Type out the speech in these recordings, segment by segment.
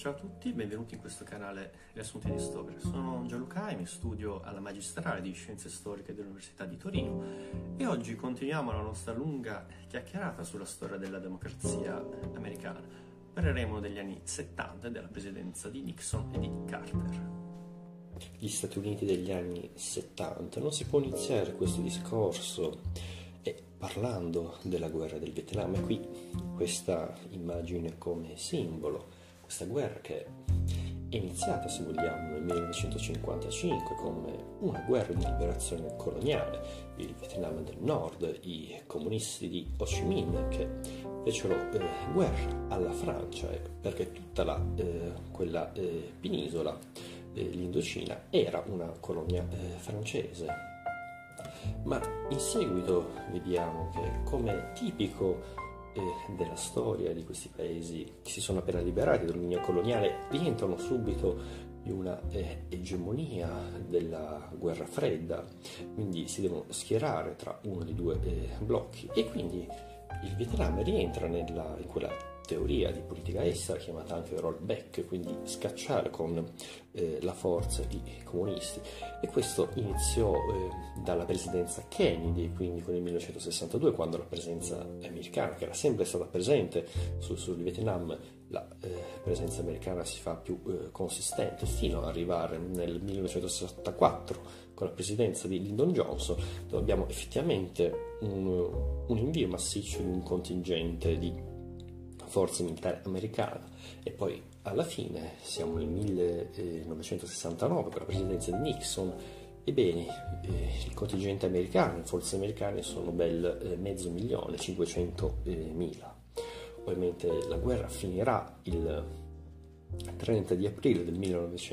Ciao a tutti, benvenuti in questo canale Riassunti di Storia. Sono Gianluca e mi studio alla Magistrale di Scienze Storiche dell'Università di Torino e oggi continuiamo la nostra lunga chiacchierata sulla storia della democrazia americana. Parleremo degli anni 70 e della presidenza di Nixon e di Carter. Gli Stati Uniti degli anni 70, non si può iniziare questo discorso parlando della guerra del Vietnam, e qui questa immagine come simbolo, questa guerra che è iniziata, se vogliamo, nel 1955 come una guerra di liberazione coloniale. Il Vietnam del Nord, i comunisti di Ho Chi Minh che fecero guerra alla Francia perché tutta quella penisola, l'Indocina, era una colonia francese. Ma in seguito vediamo che, come tipico della storia di questi paesi che si sono appena liberati dall'Unione coloniale, rientrano subito in una egemonia della guerra fredda, quindi si devono schierare tra uno dei due blocchi, e quindi il Vietnam rientra in quella teoria di politica estera chiamata anche rollback, quindi scacciare con la forza i comunisti, e questo iniziò dalla presidenza Kennedy, quindi con il 1962, quando la presenza americana, che era sempre stata presente sul Vietnam, la presenza americana si fa più consistente, fino ad arrivare nel 1964 con la presidenza di Lyndon Johnson, dove abbiamo effettivamente un invio massiccio di un contingente di forza militare americana. E poi alla fine siamo nel 1969 con la presidenza di Nixon. Ebbene, il contingente americano, le forze americane sono ben 500.000, 500.000. Ovviamente la guerra finirà il 30 di aprile del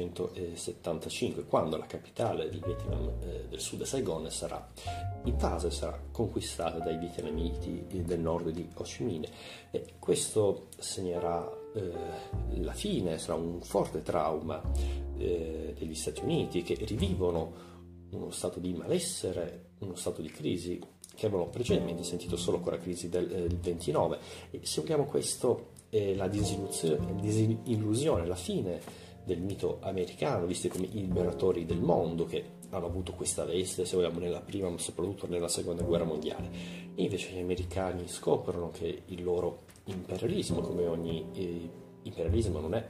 1975, quando la capitale del Vietnam del Sud, Saigon, sarà invasa e sarà conquistata dai vietnamiti del nord di Ho Chi Minh, e questo segnerà la fine, sarà un forte trauma degli Stati Uniti, che rivivono uno stato di malessere, uno stato di crisi che avevano precedentemente sentito solo con la crisi del 29, e se vogliamo questo la disillusione, la fine del mito americano, visti come i liberatori del mondo, che hanno avuto questa veste, se vogliamo, nella prima ma soprattutto nella seconda guerra mondiale. E invece gli americani scoprono che il loro imperialismo, come ogni imperialismo, non è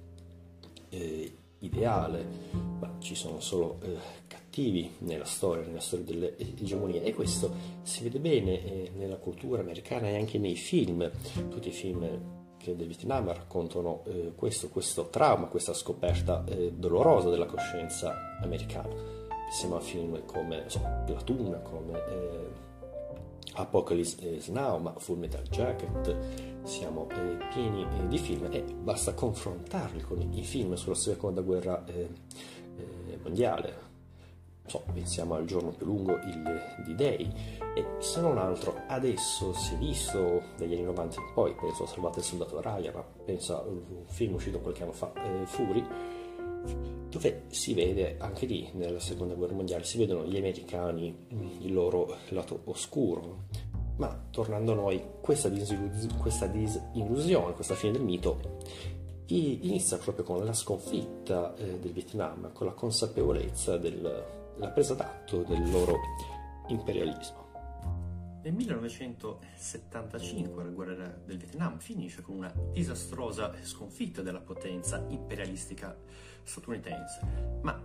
ideale, ma ci sono solo cattivi nella storia delle egemonie, e questo si vede bene nella cultura americana e anche nei film. Tutti i film del Vietnam raccontano questo trauma, questa scoperta dolorosa della coscienza americana. Pensiamo a film come Platoon, come Apocalypse Now, ma Full Metal Jacket. Siamo pieni di film, e basta confrontarli con i film sulla seconda guerra mondiale. Pensiamo al Giorno più lungo, il D-Day, e se non altro adesso si è visto dagli anni 90 in poi, penso a Salvate il soldato Ryan, ma penso a un film uscito qualche anno fa, Fury, dove si vede anche lì, nella seconda guerra mondiale, si vedono gli americani, il loro lato oscuro. Ma tornando a noi, questa disillusione, questa fine del mito inizia proprio con la sconfitta del Vietnam, con la consapevolezza della presa d'atto del loro imperialismo. Nel 1975 la guerra del Vietnam finisce con una disastrosa sconfitta della potenza imperialistica statunitense, ma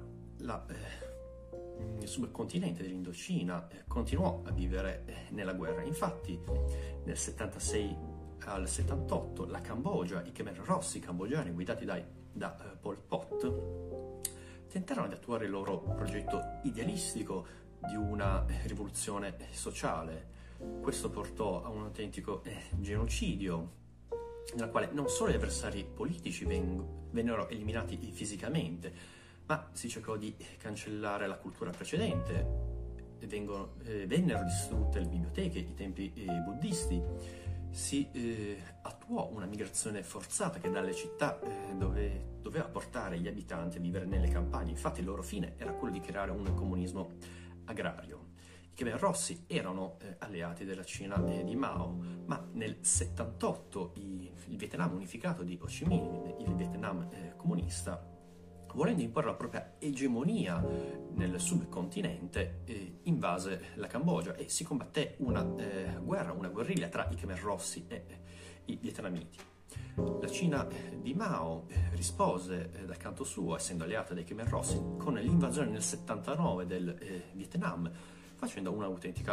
il subcontinente dell'Indocina continuò a vivere nella guerra. Infatti nel 76 al 78 la Cambogia, i Khmer Rossi cambogiani guidati da Pol Pot, tentarono di attuare il loro progetto idealistico di una rivoluzione sociale. Questo portò a un autentico genocidio, nella quale non solo gli avversari politici vennero eliminati fisicamente, ma si cercò di cancellare la cultura precedente. Vennero distrutte le biblioteche, i templi buddisti. Si attuò una migrazione forzata che dalle città doveva portare gli abitanti a vivere nelle campagne. Infatti il loro fine era quello di creare un comunismo agrario. I Khmer Rossi erano alleati della Cina e di Mao, ma nel 78 il Vietnam unificato di Ho Chi Minh, il Vietnam comunista, volendo imporre la propria egemonia nel subcontinente, invase la Cambogia e si combatté una guerriglia tra i Khmer Rossi e i vietnamiti. La Cina di Mao rispose dal canto suo, essendo alleata dei Khmer Rossi, con l'invasione nel 79 del Vietnam, facendo un'autentica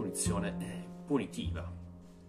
punitiva.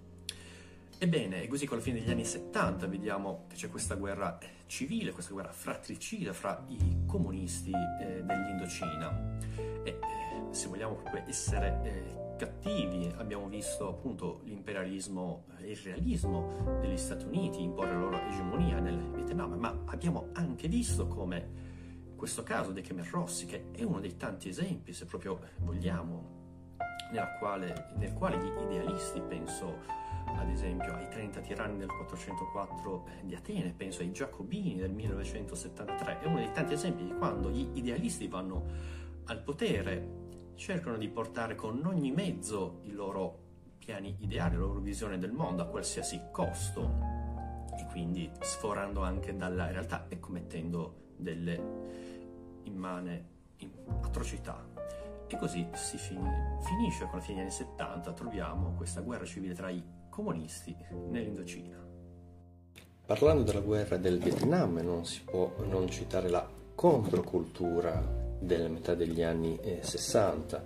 Ebbene, è così con la fine degli anni 70 vediamo che c'è questa guerra civile, questa guerra fratricida fra i comunisti dell'Indocina. E se vogliamo proprio essere cattivi, abbiamo visto appunto l'imperialismo e il realismo degli Stati Uniti imporre la loro egemonia nel Vietnam, ma abbiamo anche visto come questo caso dei Khmer Rossi, che è uno dei tanti esempi, se proprio vogliamo, nel quale gli idealisti, penso ad esempio ai 30 tiranni del 404 di Atene, penso ai Giacobini del 1973, è uno dei tanti esempi di quando gli idealisti vanno al potere, cercano di portare con ogni mezzo i loro piani ideali, la loro visione del mondo a qualsiasi costo, e quindi sforando anche dalla realtà e commettendo delle immane atrocità. E così si finisce con la fine degli anni 70, troviamo questa guerra civile tra i comunisti nell'Indocina. Parlando della guerra del Vietnam, non si può non citare la controcultura della metà degli anni 60,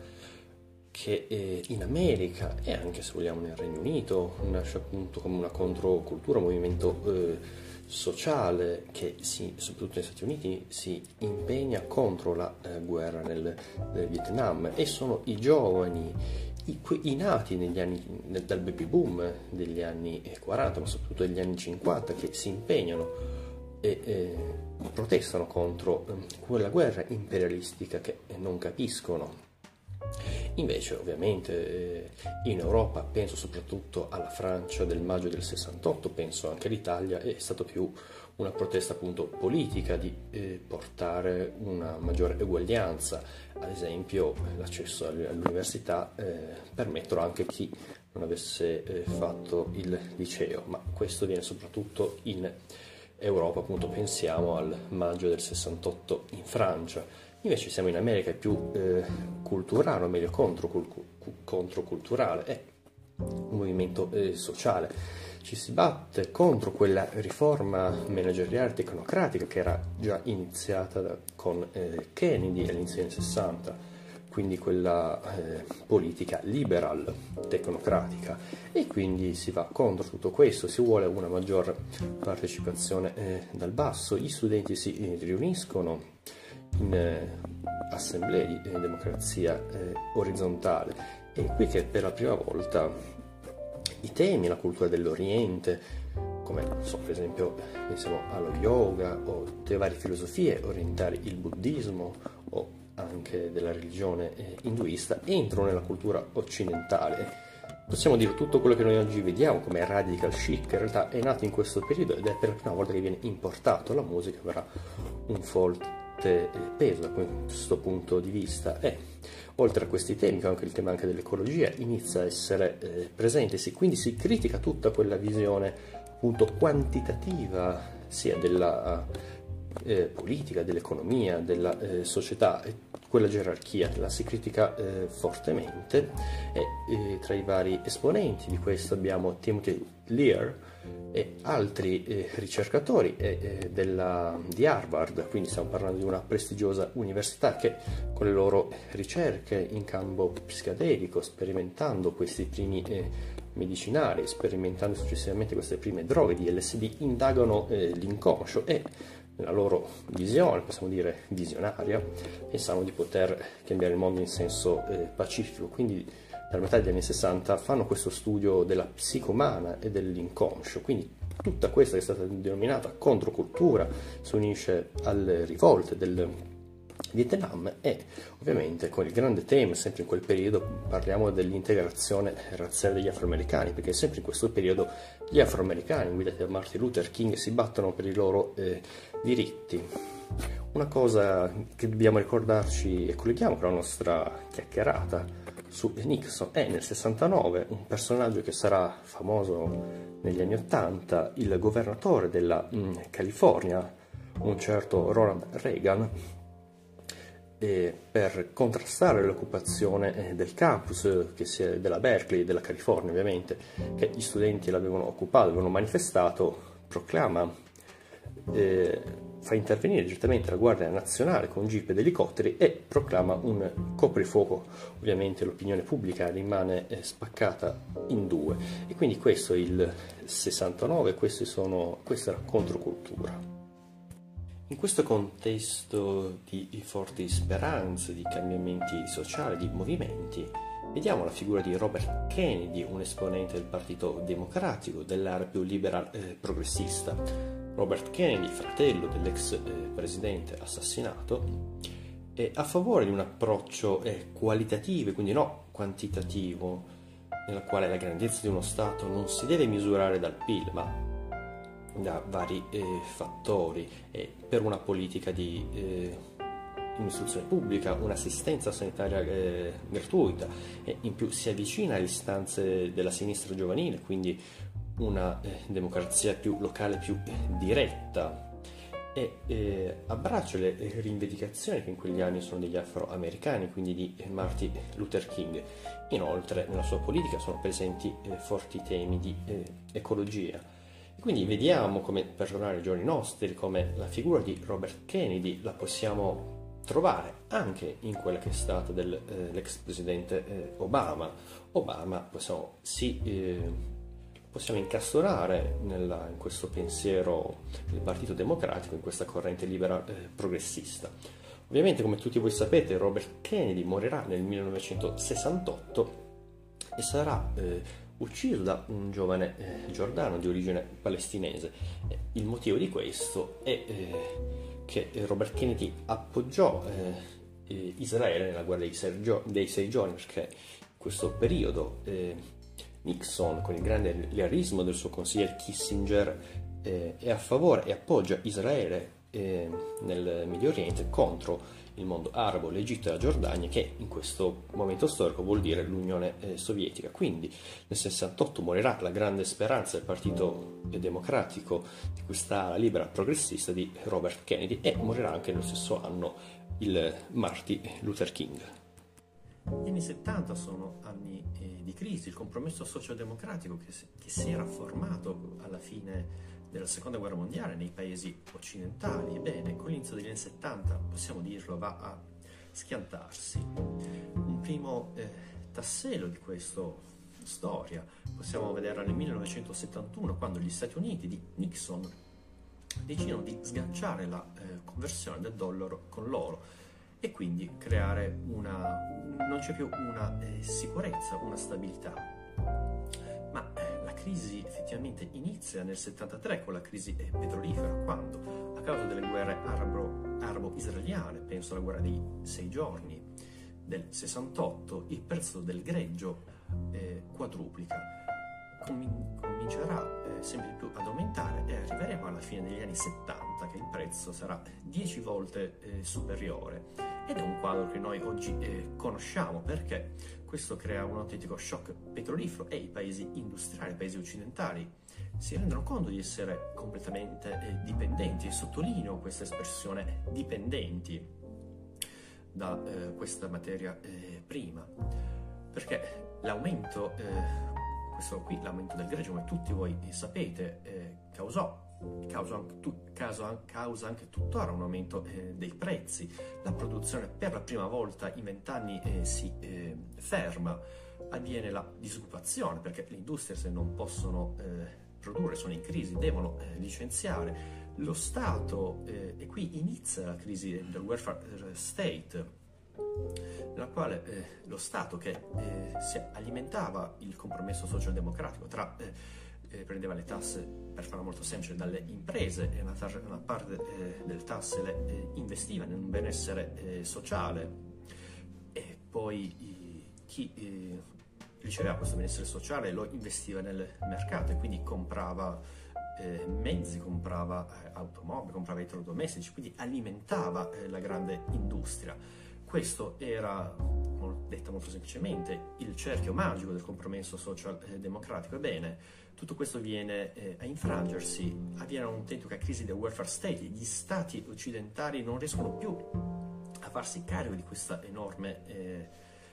che in America e anche, se vogliamo, nel Regno Unito nasce appunto come una controcultura, un movimento sociale che soprattutto negli Stati Uniti si impegna contro la guerra nel Vietnam, e sono i giovani, i nati dal baby boom degli anni 40, ma soprattutto degli anni 50, che si impegnano e protestano contro quella guerra imperialistica che non capiscono. Invece, ovviamente, in Europa, penso soprattutto alla Francia del maggio del 68, penso anche all'Italia, è stato più una protesta appunto politica di portare una maggiore eguaglianza, ad esempio l'accesso all'università, permettono anche chi non avesse fatto il liceo, ma questo viene soprattutto in Europa, appunto pensiamo al maggio del 68 in Francia. Invece siamo in America, è più culturale, o meglio controculturale, è un movimento sociale. Ci si batte contro quella riforma manageriale tecnocratica che era già iniziata con Kennedy all'inizio degli anni 60, quindi quella politica liberal tecnocratica, e quindi si va contro tutto questo, si vuole una maggior partecipazione dal basso, gli studenti si riuniscono in assemblee di democrazia orizzontale, e qui che per la prima volta i temi, la cultura dell'Oriente, come per esempio pensiamo allo yoga o delle varie filosofie orientali, il buddismo o anche della religione induista, entrano nella cultura occidentale. Possiamo dire tutto quello che noi oggi vediamo come radical chic in realtà è nato in questo periodo, ed è per la prima volta che viene importato. La musica avrà un forte peso da questo punto di vista, e oltre a questi temi, anche il tema dell'ecologia inizia a essere presente, quindi si critica tutta quella visione appunto quantitativa sia della politica, dell'economia, della società, e quella gerarchia la si critica fortemente, e tra i vari esponenti di questo abbiamo Timothy Lear e altri ricercatori di Harvard, quindi stiamo parlando di una prestigiosa università che con le loro ricerche in campo psichedelico, sperimentando questi primi medicinali, sperimentando successivamente queste prime droghe di LSD, indagano l'inconscio, e nella loro visione, possiamo dire visionaria, pensano di poter cambiare il mondo in senso pacifico. Quindi dalla metà degli anni 60 fanno questo studio della psiche umana e dell'inconscio, quindi tutta questa che è stata denominata controcultura si unisce alle rivolte del Vietnam, e ovviamente con il grande tema, sempre in quel periodo, parliamo dell'integrazione razziale degli afroamericani, perché sempre in questo periodo gli afroamericani, guidati da Martin Luther King, si battono per i loro diritti. Una cosa che dobbiamo ricordarci, e colleghiamo con la nostra chiacchierata su Nixon è nel 69 un personaggio che sarà famoso negli anni 80, il governatore della California, un certo Ronald Reagan, per contrastare l'occupazione del campus della Berkeley, della California ovviamente, che gli studenti l'avevano occupato, avevano manifestato, proclama, fa intervenire direttamente la Guardia Nazionale con jeep ed elicotteri e proclama un coprifuoco. Ovviamente l'opinione pubblica rimane spaccata in due, e quindi questo è il 69, questa è la controcultura. In questo contesto di forti speranze, di cambiamenti sociali, di movimenti, vediamo la figura di Robert Kennedy, un esponente del Partito Democratico, dell'area più liberal progressista. Robert Kennedy, fratello dell'ex presidente assassinato, è a favore di un approccio qualitativo, quindi no quantitativo, nella quale la grandezza di uno Stato non si deve misurare dal PIL, ma da vari fattori, per una politica di un'istruzione pubblica, un'assistenza sanitaria gratuita, e in più si avvicina alle istanze della sinistra giovanile, quindi una democrazia più locale, più diretta, e abbraccia le rivendicazioni che in quegli anni sono degli afroamericani, quindi di Martin Luther King. Inoltre nella sua politica sono presenti forti temi di ecologia. Quindi vediamo come, per tornare ai giorni nostri, come la figura di Robert Kennedy la possiamo trovare anche in quella che è stata dell'ex presidente Obama. Possiamo incastonare in questo pensiero del Partito Democratico, in questa corrente libera progressista. Ovviamente, come tutti voi sapete, Robert Kennedy morirà nel 1968 e sarà ucciso da un giovane giordano di origine palestinese. Il motivo di questo è che Robert Kennedy appoggiò Israele nella guerra dei 6 giorni, perché in questo periodo Nixon, con il grande lealismo del suo consigliere Kissinger, è a favore e appoggia Israele nel Medio Oriente contro il mondo arabo, l'Egitto e la Giordania, che in questo momento storico vuol dire l'Unione Sovietica. Quindi nel 68 morirà la grande speranza del Partito Democratico, di questa ala libera progressista di Robert Kennedy, e morirà anche nello stesso anno il Martin Luther King. Gli anni 70 sono anni di crisi. Il compromesso sociodemocratico che si era formato alla fine della seconda guerra mondiale nei paesi occidentali, ebbene, con l'inizio degli anni 70, possiamo dirlo, va a schiantarsi. Un primo tassello di questa storia possiamo vederla nel 1971, quando gli Stati Uniti di Nixon decidono di sganciare la conversione del dollaro con l'oro, e quindi creare non c'è più una sicurezza, una stabilità. Ma la crisi effettivamente inizia nel 73 con la crisi petrolifera, quando, a causa delle guerre arabo-israeliane, penso alla guerra dei 6 giorni del 68, il prezzo del greggio quadruplica. Comincerà sempre di più ad aumentare, e arriveremo alla fine degli anni 70 che il prezzo sarà 10 volte superiore. Ed è un quadro che noi oggi conosciamo, perché questo crea un autentico shock petrolifero, e i paesi industriali, i paesi occidentali, si rendono conto di essere completamente dipendenti, e sottolineo questa espressione, dipendenti da questa materia prima, perché l'aumento del greggio, come tutti voi sapete, causa anche tuttora un aumento dei prezzi. La produzione per la prima volta in 20 anni si ferma, avviene la disoccupazione, perché le industrie, se non possono produrre, sono in crisi, devono licenziare. Lo Stato, e qui inizia la crisi del welfare state, nella quale lo Stato, che si alimentava il compromesso socialdemocratico prendeva le tasse, per farla molto semplice, dalle imprese, e una parte delle tasse le investiva in un benessere sociale, e poi chi riceveva questo benessere sociale lo investiva nel mercato, e quindi comprava mezzi, comprava automobili, comprava elettrodomestici, quindi alimentava la grande industria. questo era, detta molto semplicemente, il cerchio magico del compromesso social-democratico. Ebbene, tutto questo viene a infrangersi, avviene un'autentica crisi del welfare state. Gli stati occidentali non riescono più a farsi carico di questa enorme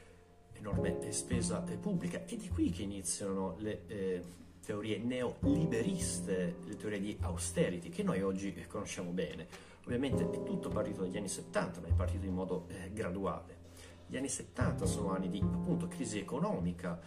spesa pubblica, ed è qui che iniziano le teorie neoliberiste, le teorie di austerity che noi oggi conosciamo bene. Ovviamente è tutto partito dagli anni 70, ma è partito in modo graduale. Gli anni 70 sono anni di appunto crisi economica,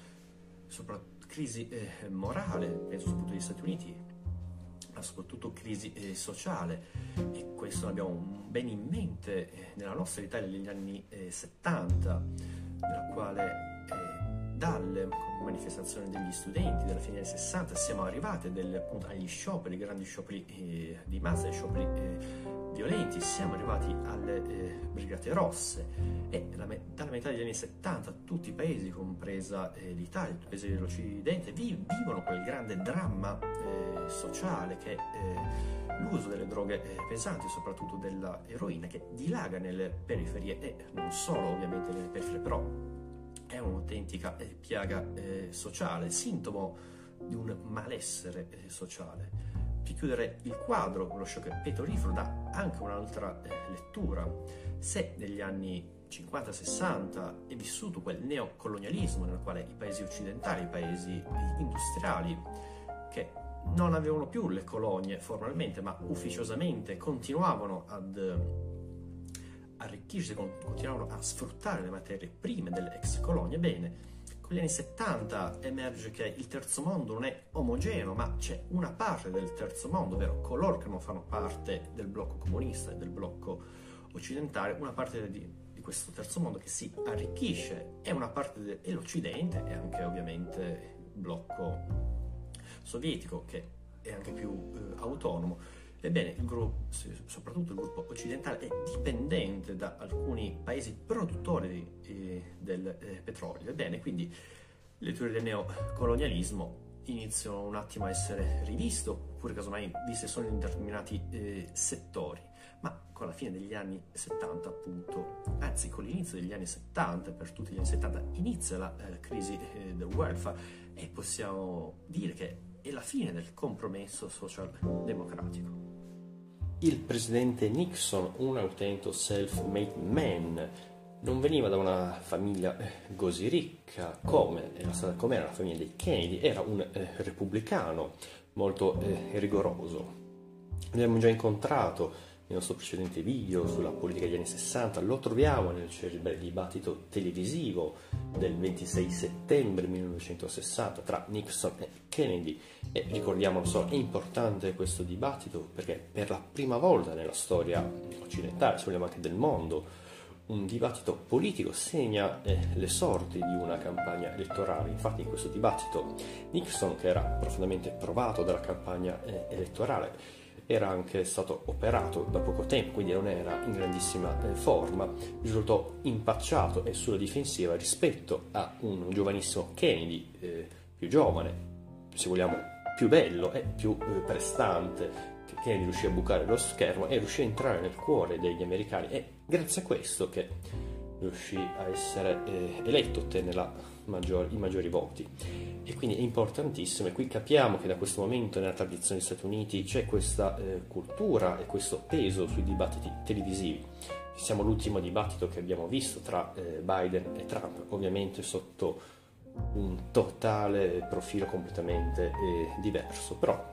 crisi morale, penso soprattutto negli Stati Uniti, ma soprattutto crisi sociale, e questo l'abbiamo ben in mente nella nostra Italia degli anni 70, nella quale dalle manifestazioni degli studenti della fine degli anni 60 siamo arrivati appunto agli scioperi, grandi scioperi di massa, agli scioperi violenti, siamo arrivati alle Brigate Rosse, e dalla metà degli anni 70 tutti i paesi, compresa l'Italia, tutti i paesi dell'Occidente, vivono quel grande dramma sociale che è l'uso delle droghe pesanti, soprattutto della eroina, che dilaga nelle periferie, e non solo ovviamente nelle periferie, però è un'autentica piaga sociale, sintomo di un malessere sociale. Per chiudere il quadro, lo shock petrolifero dà anche un'altra lettura. Se negli anni 50-60 è vissuto quel neocolonialismo nel quale i paesi occidentali, i paesi industriali, che non avevano più le colonie formalmente, ma ufficiosamente continuavano ad arricchirsi, continuavano a sfruttare le materie prime delle ex colonie. Bene, con gli anni 70 emerge che il terzo mondo non è omogeneo, ma c'è una parte del terzo mondo, ovvero coloro che non fanno parte del blocco comunista e del blocco occidentale, una parte di questo terzo mondo che si arricchisce, è una parte dell'Occidente, e anche ovviamente il blocco sovietico, che è anche più autonomo. Ebbene, soprattutto il gruppo occidentale, è dipendente da alcuni paesi produttori del petrolio. Ebbene, quindi le teorie del neocolonialismo iniziano un attimo a essere riviste, oppure casomai viste solo in determinati settori. Ma con la fine degli anni 70, appunto, anzi con l'inizio degli anni 70, per tutti gli anni 70, inizia la crisi del welfare, e possiamo dire che è la fine del compromesso social-democratico. Il presidente Nixon, un autentico self-made man, non veniva da una famiglia così ricca come era la famiglia dei Kennedy, era un repubblicano molto rigoroso. L'abbiamo già incontrato nel nostro precedente video sulla politica degli anni 60, lo troviamo nel celebre dibattito televisivo del 26 settembre 1960 tra Nixon e Kennedy, e ricordiamolo solo, è importante questo dibattito perché per la prima volta nella storia occidentale, se vogliamo anche del mondo, un dibattito politico segna le sorti di una campagna elettorale. Infatti in questo dibattito Nixon, che era profondamente provato dalla campagna elettorale, era anche stato operato da poco tempo, quindi non era in grandissima forma, risultò impacciato e sulla difensiva rispetto a un giovanissimo Kennedy, più giovane, se vogliamo più bello e più prestante. Kennedy riuscì a bucare lo schermo e riuscì a entrare nel cuore degli americani, e grazie a questo che riuscì a essere eletto, ottenne i maggiori voti. E quindi è importantissimo, e qui capiamo che da questo momento nella tradizione degli Stati Uniti c'è questa cultura e questo peso sui dibattiti televisivi. Siamo l'ultimo dibattito che abbiamo visto tra Biden e Trump, ovviamente sotto un totale profilo completamente diverso, però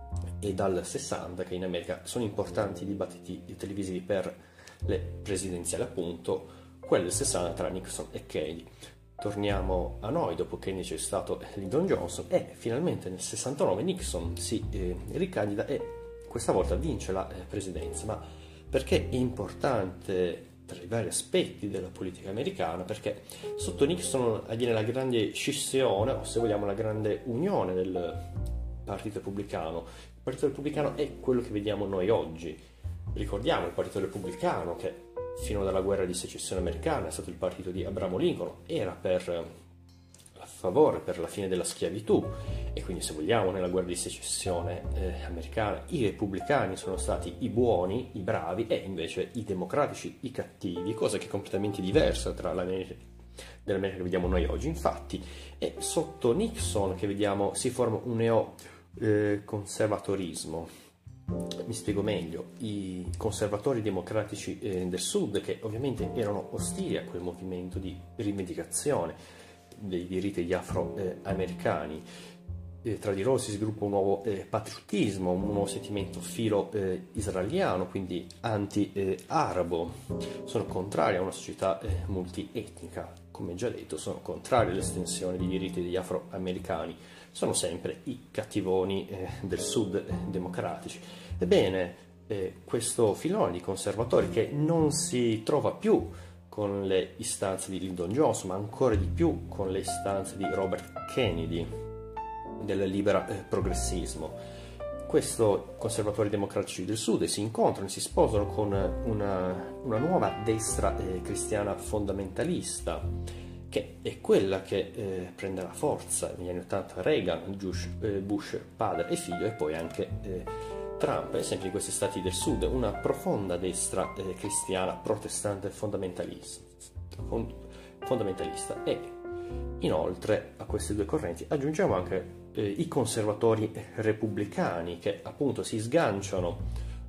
è dal 60 che in America sono importanti i dibattiti televisivi per le presidenziali, appunto quello del 60 tra Nixon e Kennedy. Torniamo a noi, dopo Kennedy c'è stato Lyndon Johnson, e finalmente nel 69 Nixon si ricandida e questa volta vince la presidenza. Ma perché è importante tra i vari aspetti della politica americana? Perché sotto Nixon avviene la grande scissione, o se vogliamo la grande unione del Partito Repubblicano. Il Partito Repubblicano è quello che vediamo noi oggi. Ricordiamo il Partito Repubblicano che fino alla guerra di secessione americana è stato il partito di Abramo Lincoln, era a favore per la fine della schiavitù, E quindi, se vogliamo, nella guerra di secessione americana i repubblicani sono stati i buoni, i bravi, e invece i democratici i cattivi, cosa che è completamente diversa tra dell'America che vediamo noi oggi. Infatti è sotto Nixon che vediamo si forma un neoconservatorismo. Mi spiego meglio: i conservatori democratici del sud, che ovviamente erano ostili a quel movimento di rivendicazione dei diritti degli afroamericani, tra di loro si sviluppa un nuovo patriottismo, un nuovo sentimento filo israeliano, quindi anti-arabo. Sono contrari a una società multietnica, come già detto, sono contrari all'estensione dei diritti degli afroamericani, sono sempre i cattivoni del sud democratici. Ebbene, questo filone di conservatori, che non si trova più con le istanze di Lyndon Johnson, ma ancora di più con le istanze di Robert Kennedy, del libero progressismo. Questo conservatori democratici del sud si incontrano e si sposano con una nuova destra cristiana fondamentalista, che è quella che prenderà forza negli anni 80 Reagan, Bush padre e figlio, e poi anche Trump, sempre in questi stati del sud, una profonda destra cristiana protestante fondamentalista. E inoltre a queste due correnti aggiungiamo anche i conservatori repubblicani, che appunto si sganciano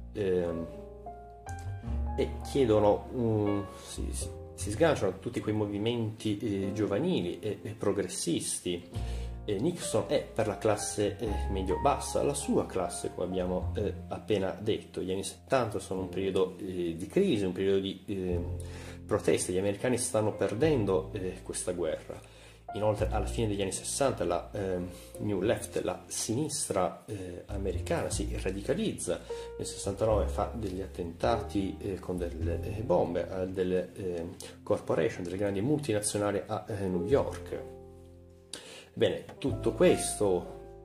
e chiedono, si sganciano tutti quei movimenti giovanili e progressisti. Nixon è per la classe medio-bassa, la sua classe, come abbiamo appena detto. Gli anni 70 sono un periodo di crisi, un periodo di proteste. Gli americani stanno perdendo questa guerra. Inoltre, alla fine degli anni 60 la New Left, la sinistra americana, si radicalizza. Nel 69 fa degli attentati con delle bombe a delle corporation, delle grandi multinazionali a New York. Bene, tutto questo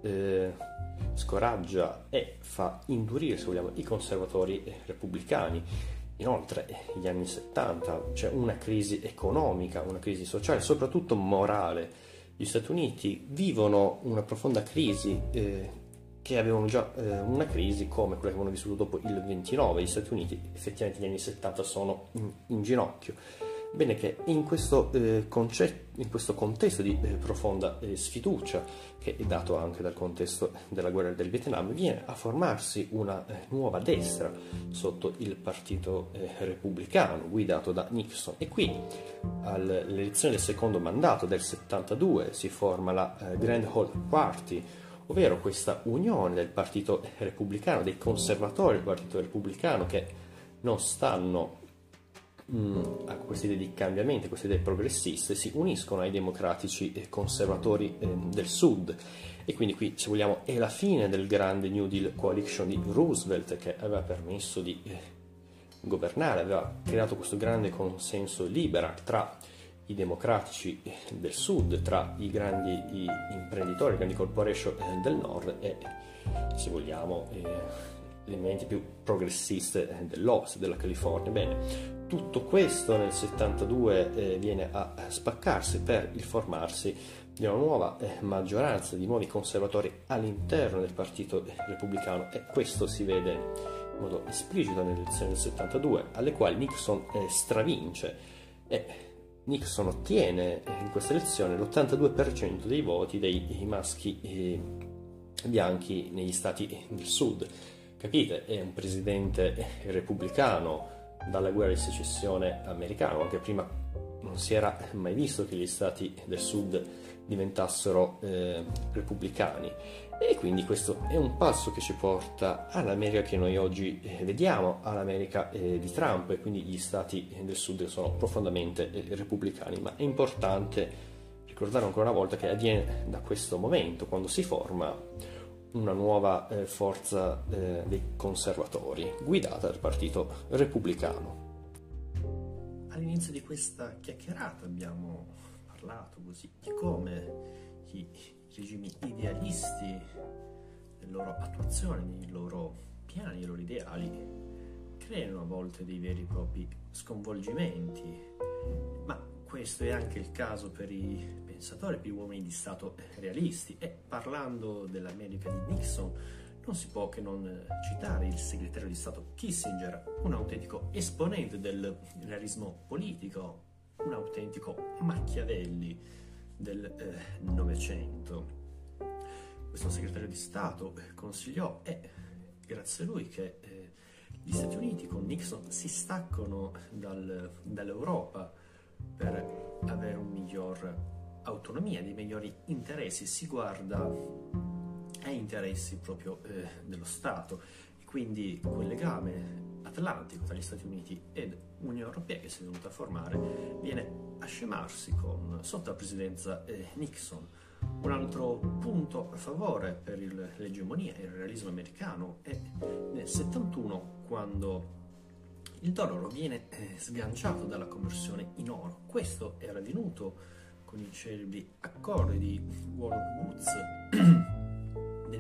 scoraggia e fa indurire, se vogliamo, i conservatori repubblicani. Inoltre, negli anni 70 c'è una crisi economica, una crisi sociale, soprattutto morale. Gli Stati Uniti vivono una profonda crisi, che avevano già una crisi come quella che avevano vissuto dopo il 29. Gli Stati Uniti effettivamente negli anni 70 sono in ginocchio. Bene, che in questo contesto di profonda sfiducia, che è dato anche dal contesto della guerra del Vietnam, viene a formarsi una nuova destra sotto il partito repubblicano guidato da Nixon. E qui, all'elezione del secondo mandato del 72, si forma la Grand Old Party, ovvero questa unione del partito repubblicano, dei conservatori del partito repubblicano, che non stanno a queste idee di cambiamento, queste idee progressiste, si uniscono ai democratici e conservatori del sud. E quindi qui, se vogliamo, è la fine del grande New Deal Coalition di Roosevelt, che aveva permesso di governare, aveva creato questo grande consenso liberal tra i democratici del sud, tra i grandi imprenditori, i grandi corporation del nord e, se vogliamo, le menti più progressiste dell'Ovest, della California. Bene, tutto questo nel 72 viene a spaccarsi per il formarsi di una nuova maggioranza di nuovi conservatori all'interno del partito repubblicano, e questo si vede in modo esplicito nelle elezioni del 72, alle quali Nixon stravince, e Nixon ottiene in questa elezione l'82% dei voti dei maschi bianchi negli stati del sud. Capite? È un presidente repubblicano dalla guerra di secessione americana. Anche prima non si era mai visto che gli stati del sud diventassero repubblicani, e quindi questo è un passo che ci porta all'America che noi oggi vediamo, all'America di Trump, e quindi gli stati del sud sono profondamente repubblicani. Ma è importante ricordare ancora una volta che avviene da questo momento, quando si forma una nuova forza dei conservatori, guidata dal partito repubblicano. All'inizio di questa chiacchierata abbiamo parlato così di come i regimi idealisti, le loro attuazioni, i loro piani, i loro ideali creano a volte dei veri e propri sconvolgimenti, ma questo è anche il caso per i pensatori, più uomini di Stato realisti. E parlando dell'America di Nixon, non si può che non citare il segretario di Stato Kissinger, un autentico esponente del realismo politico, un autentico Machiavelli del Novecento. Questo segretario di Stato consigliò, e grazie a lui che gli Stati Uniti con Nixon si staccano dall'Europa per avere un miglior autonomia, dei migliori interessi. Si guarda ai interessi proprio dello Stato, e quindi quel legame atlantico tra gli Stati Uniti ed Unione Europea che si è venuta a formare viene a scemarsi sotto la presidenza Nixon. Un altro punto a favore per l'egemonia e il realismo americano è nel 71, quando il dollaro viene sganciato dalla conversione in oro. Questo era avvenuto con i celebri accordi di Bretton Woods del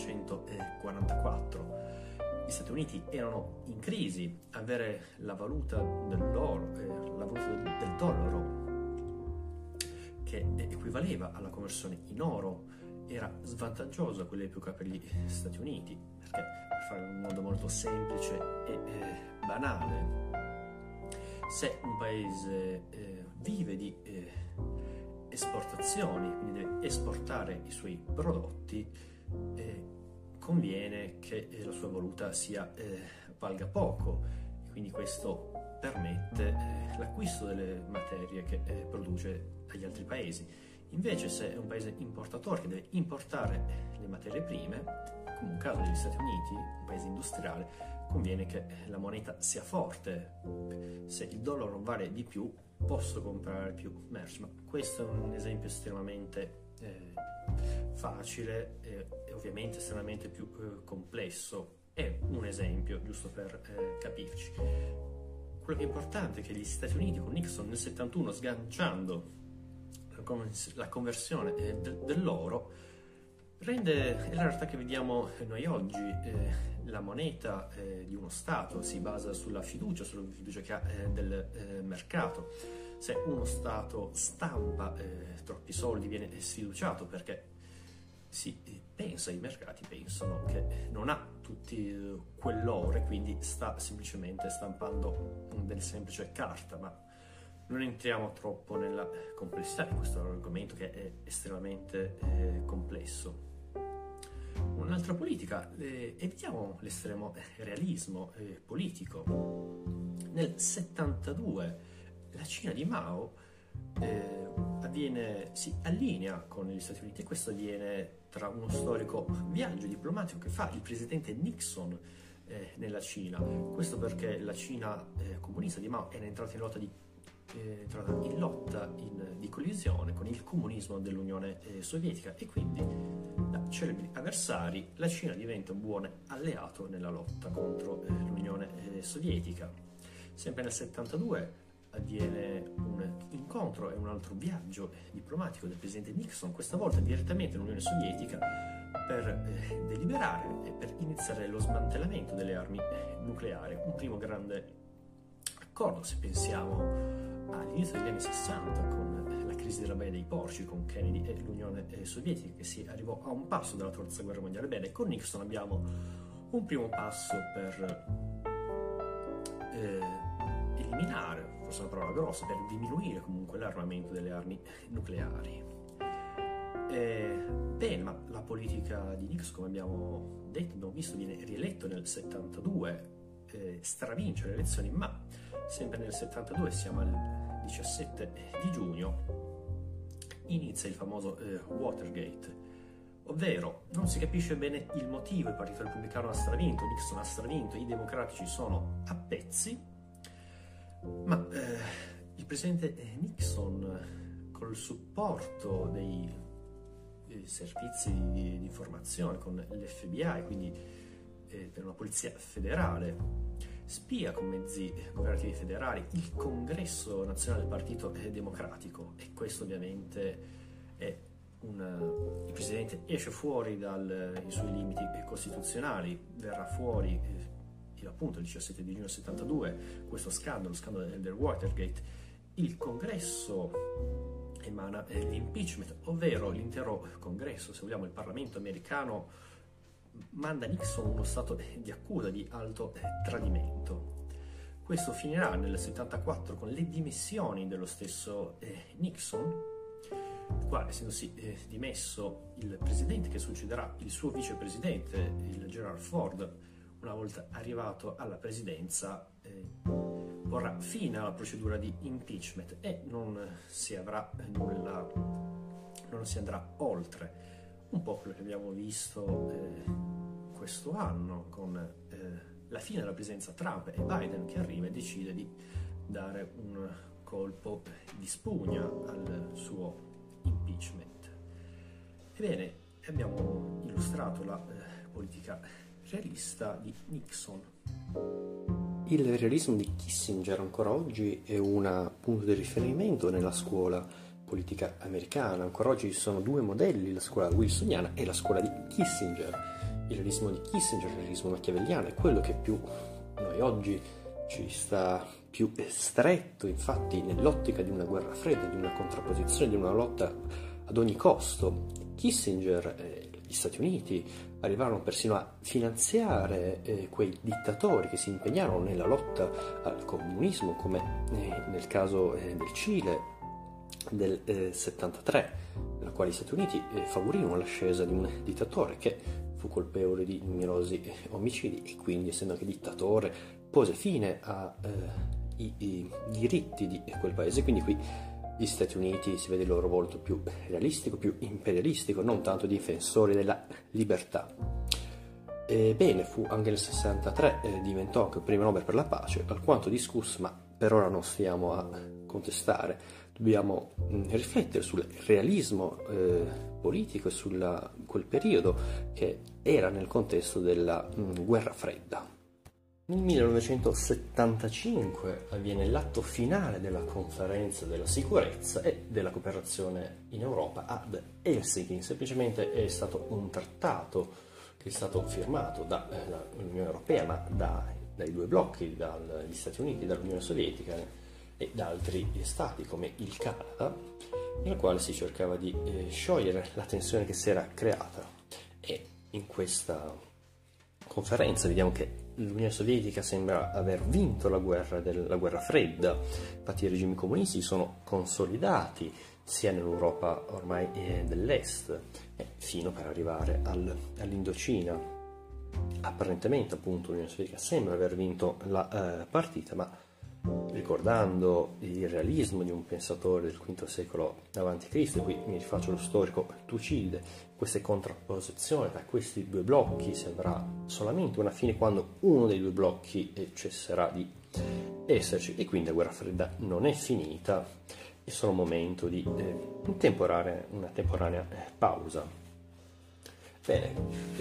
1944. Gli Stati Uniti erano in crisi, avere la valuta dell'oro, la valuta del dollaro che equivaleva alla conversione in oro era svantaggioso a quell'epoca per gli Stati Uniti, perché, per fare in un modo molto semplice e banale, se un paese vive di esportazioni, quindi deve esportare i suoi prodotti, conviene che la sua valuta valga poco, e quindi questo permette l'acquisto delle materie che produce agli altri paesi. Invece, se è un paese importatore che deve importare le materie prime, come un caso degli Stati Uniti, un paese industriale, conviene che la moneta sia forte. Se il dollaro vale di più, posso comprare più merci. Ma questo è un esempio estremamente facile e ovviamente estremamente più complesso. È un esempio giusto per capirci. Quello che è importante è che gli Stati Uniti con Nixon nel 71, sganciando la conversione dell'oro, rende la realtà che vediamo noi oggi. La moneta di uno Stato si basa sulla fiducia che ha del mercato. Se uno Stato stampa troppi soldi, viene sfiduciato, perché i mercati pensano che non ha tutti quell'oro e quindi sta semplicemente stampando del semplice carta. Ma non entriamo troppo nella complessità di questo argomento, che è estremamente complesso. Un'altra politica, evitiamo l'estremo realismo politico. Nel 72 la Cina di Mao si allinea con gli Stati Uniti, e questo avviene tra uno storico viaggio diplomatico che fa il presidente Nixon nella Cina. Questo perché la Cina comunista di Mao era entrata in lotta di collisione con il comunismo dell'Unione Sovietica, e quindi da celebri avversari la Cina diventa un buon alleato nella lotta contro l'Unione Sovietica. Sempre nel 72 avviene un incontro e un altro viaggio diplomatico del presidente Nixon, questa volta direttamente nell'Unione Sovietica, per deliberare e per iniziare lo smantellamento delle armi nucleari. Un primo grande accordo, se pensiamo all'inizio degli anni 60 con la crisi della Baia dei Porci, con Kennedy e l'Unione Sovietica, che si arrivò a un passo dalla terza guerra mondiale. Bene, con Nixon abbiamo un primo passo per eliminare, forse è una parola grossa, per diminuire comunque l'armamento delle armi nucleari. Bene, ma la politica di Nixon, come abbiamo detto, abbiamo visto, viene rieletto nel 72, stravince le elezioni, ma sempre nel 72, siamo al 17 di giugno, inizia il famoso Watergate, ovvero non si capisce bene il motivo. Il Partito Repubblicano ha stravinto, Nixon ha stravinto, i democratici sono a pezzi, ma il presidente Nixon, col supporto dei servizi di informazione, con l'FBI, quindi per una polizia federale, spia con mezzi governativi federali il Congresso nazionale del Partito Democratico, e questo ovviamente è il presidente esce fuori dai suoi limiti costituzionali, verrà fuori appunto il 17 di giugno 72 questo scandalo del Watergate. Il Congresso emana l'impeachment, ovvero l'intero congresso, se vogliamo il Parlamento americano, manda Nixon uno stato di accusa di alto tradimento. Questo finirà nel 74 con le dimissioni dello stesso Nixon, il quale, essendosi dimesso il presidente che succederà il suo vicepresidente, il Gerald Ford, una volta arrivato alla presidenza, porrà fine alla procedura di impeachment e non si andrà oltre. Un po' quello che abbiamo visto questo anno con la fine della presidenza Trump e Biden che arriva e decide di dare un colpo di spugna al suo impeachment. Ebbene, abbiamo illustrato la politica realista di Nixon. Il realismo di Kissinger ancora oggi è un punto di riferimento nella scuola politica americana. Ancora oggi ci sono due modelli, la scuola wilsoniana e la scuola di Kissinger. Il realismo di Kissinger, il realismo machiavelliano, è quello che più noi oggi ci sta più stretto, infatti, nell'ottica di una guerra fredda, di una contrapposizione, di una lotta ad ogni costo. Kissinger, gli Stati Uniti, arrivarono persino a finanziare quei dittatori che si impegnarono nella lotta al comunismo, come nel caso del Cile del 73, nella quale gli Stati Uniti favorirono l'ascesa di un dittatore che fu colpevole di numerosi omicidi e quindi, essendo anche dittatore, pose fine ai diritti di quel paese. Quindi qui gli Stati Uniti si vede il loro volto più realistico, più imperialistico, non tanto difensori della libertà. Bene, fu anche nel 63, diventò anche il premio Nobel per la pace, alquanto discusso, ma per ora non stiamo a contestare. Dobbiamo riflettere sul realismo politico e su quel periodo che era nel contesto della guerra fredda. Nel 1975 avviene l'atto finale della conferenza della sicurezza e della cooperazione in Europa ad Helsinki. Semplicemente è stato un trattato che è stato firmato dall'Unione Europea, ma dai due blocchi, dagli Stati Uniti, dall'Unione Sovietica e da altri stati come il Canada, nella quale si cercava di sciogliere la tensione che si era creata. E in questa conferenza vediamo che l'Unione Sovietica sembra aver vinto la guerra fredda. Infatti i regimi comunisti sono consolidati sia nell'Europa ormai dell'Est, fino per arrivare all'Indocina. Apparentemente, appunto, l'Unione Sovietica sembra aver vinto la partita, ma ricordando il realismo di un pensatore del V secolo a.C., qui mi rifaccio lo storico Tucidide, queste contrapposizioni tra questi due blocchi sembra solamente una fine quando uno dei due blocchi cesserà di esserci, e quindi la guerra fredda non è finita, è solo un momento di una temporanea pausa. Bene,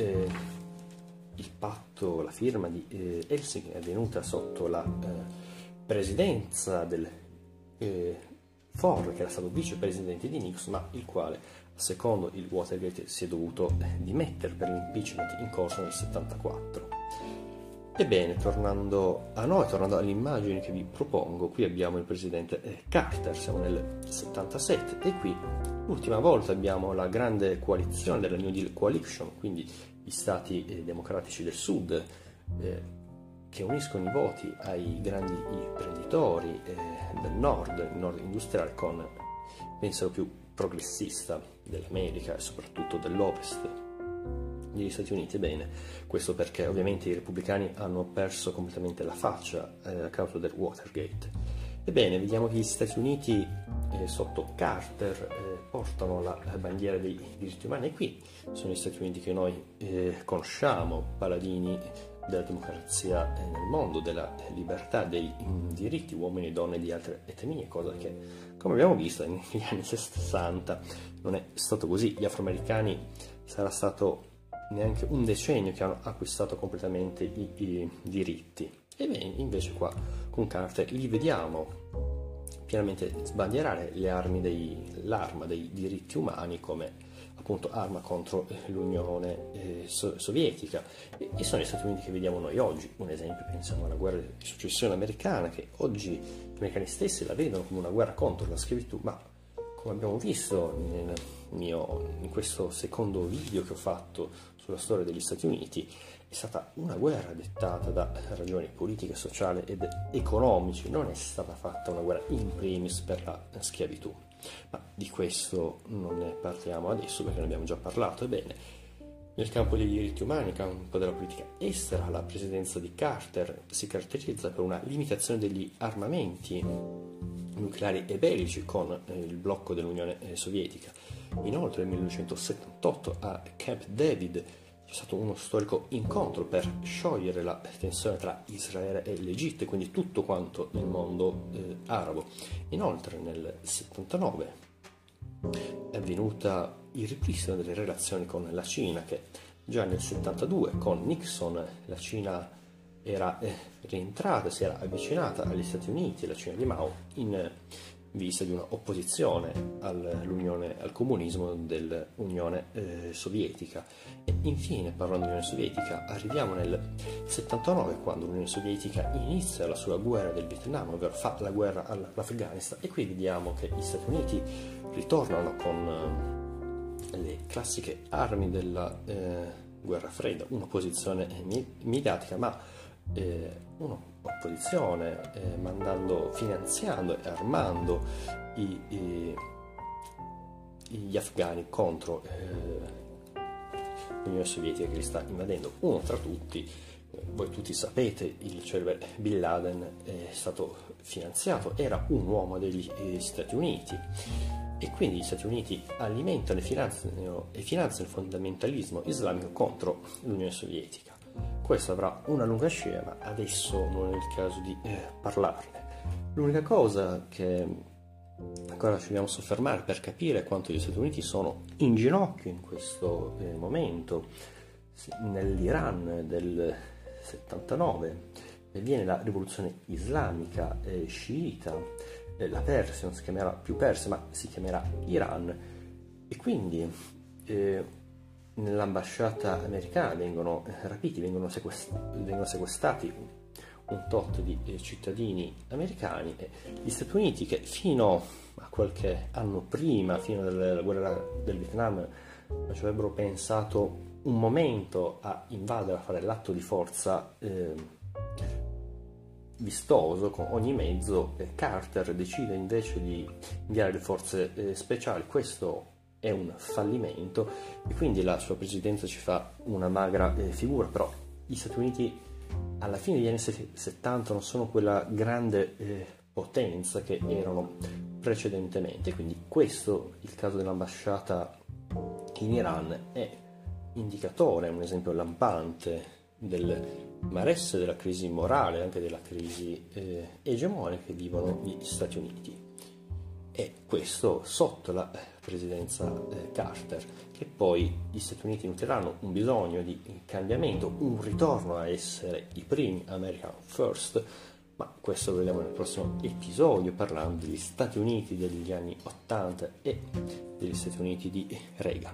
il patto, la firma di Helsinki è avvenuta sotto la presidenza del Ford, che era stato vicepresidente di Nixon, ma il quale, secondo il Watergate, si è dovuto dimettere per l'impeachment in corso nel 74. Ebbene, tornando a noi, tornando alle immagini che vi propongo, qui abbiamo il presidente Carter, siamo nel 77, e qui l'ultima volta abbiamo la grande coalizione della New Deal Coalition, quindi gli stati democratici del sud, che uniscono i voti ai grandi imprenditori del nord, il nord industriale, con il pensiero più progressista dell'America e soprattutto dell'Ovest degli Stati Uniti. Bene, questo perché ovviamente i repubblicani hanno perso completamente la faccia a causa del Watergate. Ebbene, vediamo che gli Stati Uniti sotto Carter portano la bandiera dei diritti umani, e qui sono gli Stati Uniti che noi conosciamo, paladini della democrazia nel mondo, della libertà, dei diritti uomini e donne di altre etnie, cosa che, come abbiamo visto negli anni 60, non è stato così. Gli afroamericani sarà stato neanche un decennio che hanno acquistato completamente i diritti. E bene, invece qua con Carter li vediamo pienamente sbandierare l'arma dei diritti umani come appunto arma contro l'Unione Sovietica, e sono gli Stati Uniti che vediamo noi oggi. Un esempio, pensiamo alla guerra di successione americana, che oggi gli americani stessi la vedono come una guerra contro la schiavitù, ma come abbiamo visto in questo secondo video che ho fatto sulla storia degli Stati Uniti, è stata una guerra dettata da ragioni politiche, sociali ed economici, non è stata fatta una guerra in primis per la schiavitù. Ma di questo non ne parliamo adesso perché ne abbiamo già parlato. Ebbene, nel campo dei diritti umani, nel campo della politica estera, la presidenza di Carter si caratterizza per una limitazione degli armamenti nucleari e bellici con il blocco dell'Unione Sovietica. Inoltre nel 1978 a Camp David c'è stato uno storico incontro per sciogliere la tensione tra Israele e l'Egitto, quindi tutto quanto il mondo arabo. Inoltre nel 79 è avvenuta il ripristino delle relazioni con la Cina, che già nel 72 con Nixon la Cina era rientrata, si era avvicinata agli Stati Uniti, la Cina di Mao, in vista di una opposizione al comunismo dell'Unione Sovietica. E infine, parlando dell'Unione Sovietica, arriviamo nel 79 quando l'Unione Sovietica inizia la sua guerra del Vietnam, ovvero fa la guerra all'Afghanistan, e qui vediamo che gli Stati Uniti ritornano con le classiche armi della guerra fredda, un'opposizione mediatica, ma un'opposizione finanziando e armando gli afghani contro l'Unione Sovietica che li sta invadendo. Uno tra tutti, voi tutti sapete, il celebre Bin Laden è stato finanziato, era un uomo degli Stati Uniti, e quindi gli Stati Uniti alimentano e finanziano il fondamentalismo islamico contro l'Unione Sovietica. Questo avrà una lunga scia, ma adesso non è il caso di parlarne. L'unica cosa che ancora ci dobbiamo soffermare per capire quanto gli Stati Uniti sono in ginocchio in questo momento, nell'Iran del 79 viene la rivoluzione islamica sciita, la Persia non si chiamerà più Persia ma si chiamerà Iran, e quindi nell'ambasciata americana vengono rapiti, vengono sequestrati un tot di cittadini americani, e gli Stati Uniti, che fino a qualche anno prima, fino alla guerra del Vietnam, non ci avrebbero pensato un momento a invadere, a fare l'atto di forza vistoso con ogni mezzo, Carter decide invece di inviare le forze speciali. Questo è un fallimento e quindi la sua presidenza ci fa una magra figura, però gli Stati Uniti alla fine degli anni 70 non sono quella grande potenza che erano precedentemente, quindi questo, il caso dell'ambasciata in Iran, è indicatore, è un esempio lampante del malessere, della crisi morale, anche della crisi egemonica che vivono gli Stati Uniti. E questo sotto la presidenza Carter, che poi gli Stati Uniti nutreranno un bisogno di cambiamento, un ritorno a essere i primi, American First, ma questo lo vedremo nel prossimo episodio, parlando degli Stati Uniti degli anni 80 e degli Stati Uniti di Reagan.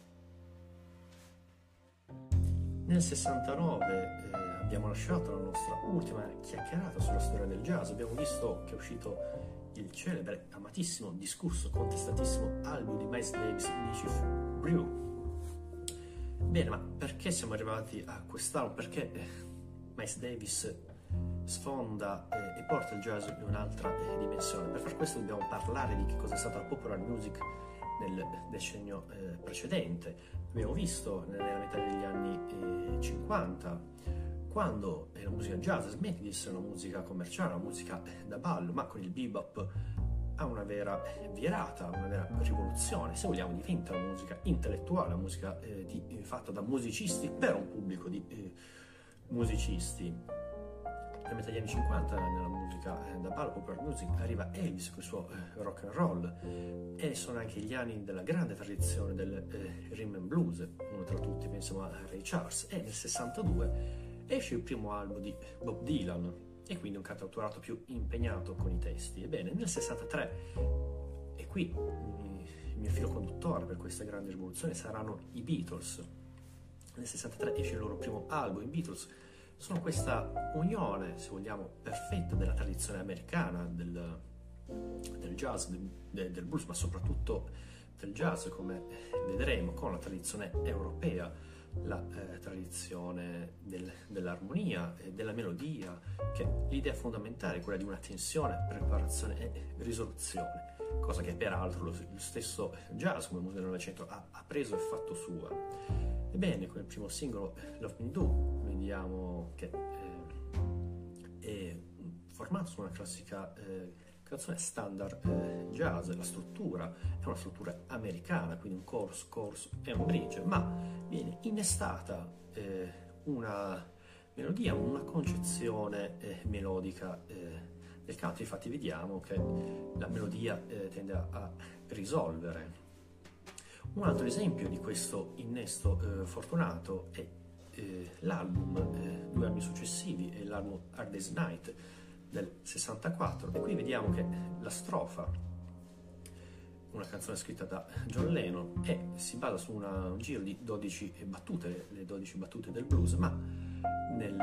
Nel 69 abbiamo lasciato la nostra ultima chiacchierata sulla storia del jazz. Abbiamo visto che è uscito il celebre, amatissimo, discusso, contestatissimo album di Miles Davis, Mischief Brew. Bene, ma perché siamo arrivati a quest'album? Perché Miles Davis sfonda e porta il jazz in un'altra dimensione. Per far questo dobbiamo parlare di che cosa è stata la popular music nel decennio precedente. Abbiamo visto nella metà degli anni 50, quando la musica jazz smette di essere una musica commerciale, una musica da ballo, ma con il bebop ha una vera virata, una vera rivoluzione. Se vogliamo, diventa una musica intellettuale, una musica fatta da musicisti per un pubblico di musicisti. Nella metà degli anni 50 nella musica da ballo, popular music, arriva Elvis con il suo rock and roll, e sono anche gli anni della grande tradizione del rhythm and blues, uno tra tutti pensiamo a Ray Charles, e nel 62 esce il primo album di Bob Dylan, e quindi un cantautorato più impegnato con i testi. Ebbene, nel 63, e qui il mio filo conduttore per questa grande rivoluzione saranno i Beatles. Nel 63 esce il loro primo album, i Beatles sono questa unione, se vogliamo, perfetta della tradizione americana, del jazz, del blues, ma soprattutto del jazz, come vedremo, con la tradizione europea, la tradizione dell'armonia e della melodia, che l'idea fondamentale è quella di una tensione, preparazione e risoluzione, cosa che peraltro lo stesso jazz come musica del Novecento ha preso e fatto sua. Ebbene, con il primo singolo Love Me Do vediamo che è formato su una classica canzone standard jazz. La struttura è una struttura americana, quindi un chorus e un bridge, ma viene innestata una melodia, una concezione melodica del canto. Infatti vediamo che la melodia tende a risolvere. Un altro esempio di questo innesto fortunato è l'album 2 anni successivi, è l'album Hard Day's Night del 64, e qui vediamo che la strofa, una canzone scritta da John Lennon, e si basa su un giro di 12 battute, le 12 battute del blues, ma nel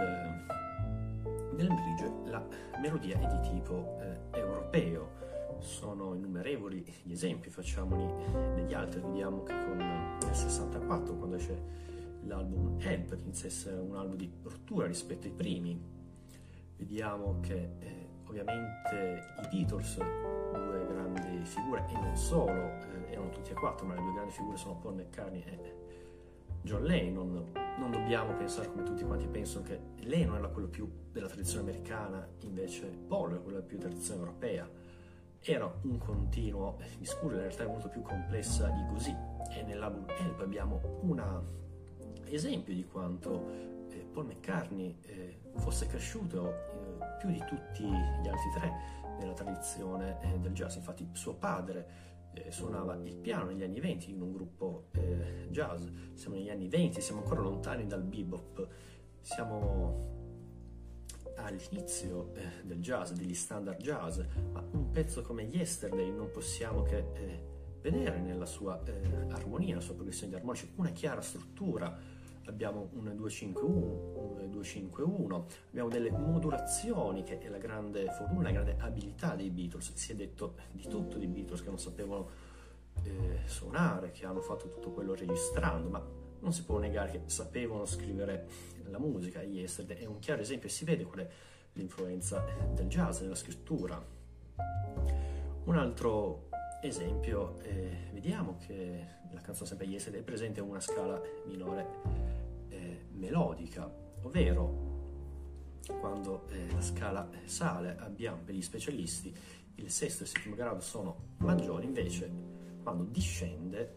bridge la melodia è di tipo europeo. Sono innumerevoli gli esempi, facciamoli degli altri. Vediamo che nel 64, quando esce l'album Help, che inizia a essere un album di rottura rispetto ai primi, vediamo che ovviamente i Beatles, due grandi figure, e non solo, erano tutti e quattro, ma le due grandi figure sono Paul McCartney e John Lennon. Non dobbiamo pensare, come tutti quanti pensano, che Lennon era quello più della tradizione americana, invece Paul era quello più della tradizione europea. Era un continuo discorso, in realtà è molto più complessa di così, e nell'album Help abbiamo un esempio di quanto Paul McCartney fosse cresciuto più di tutti gli altri tre nella tradizione del jazz. Infatti suo padre suonava il piano negli anni 20 in un gruppo jazz. Siamo negli anni 20, siamo ancora lontani dal bebop, siamo all'inizio del jazz, degli standard jazz, ma un pezzo come Yesterday non possiamo che vedere nella sua armonia, nella sua progressione di armonici, una chiara struttura. Abbiamo un 2-5-1, un 2-5-1, abbiamo delle modulazioni, che è la grande fortuna, la grande abilità dei Beatles. Si è detto di tutto di Beatles, che non sapevano suonare, che hanno fatto tutto quello registrando, ma non si può negare che sapevano scrivere la musica. Yesterday è un chiaro esempio, e si vede qual è l'influenza del jazz nella scrittura. Un altro esempio, vediamo che la canzone sempre Yesterday è presente una scala minore melodica, ovvero quando la scala sale abbiamo, per gli specialisti, il sesto e il settimo grado sono maggiori, invece quando discende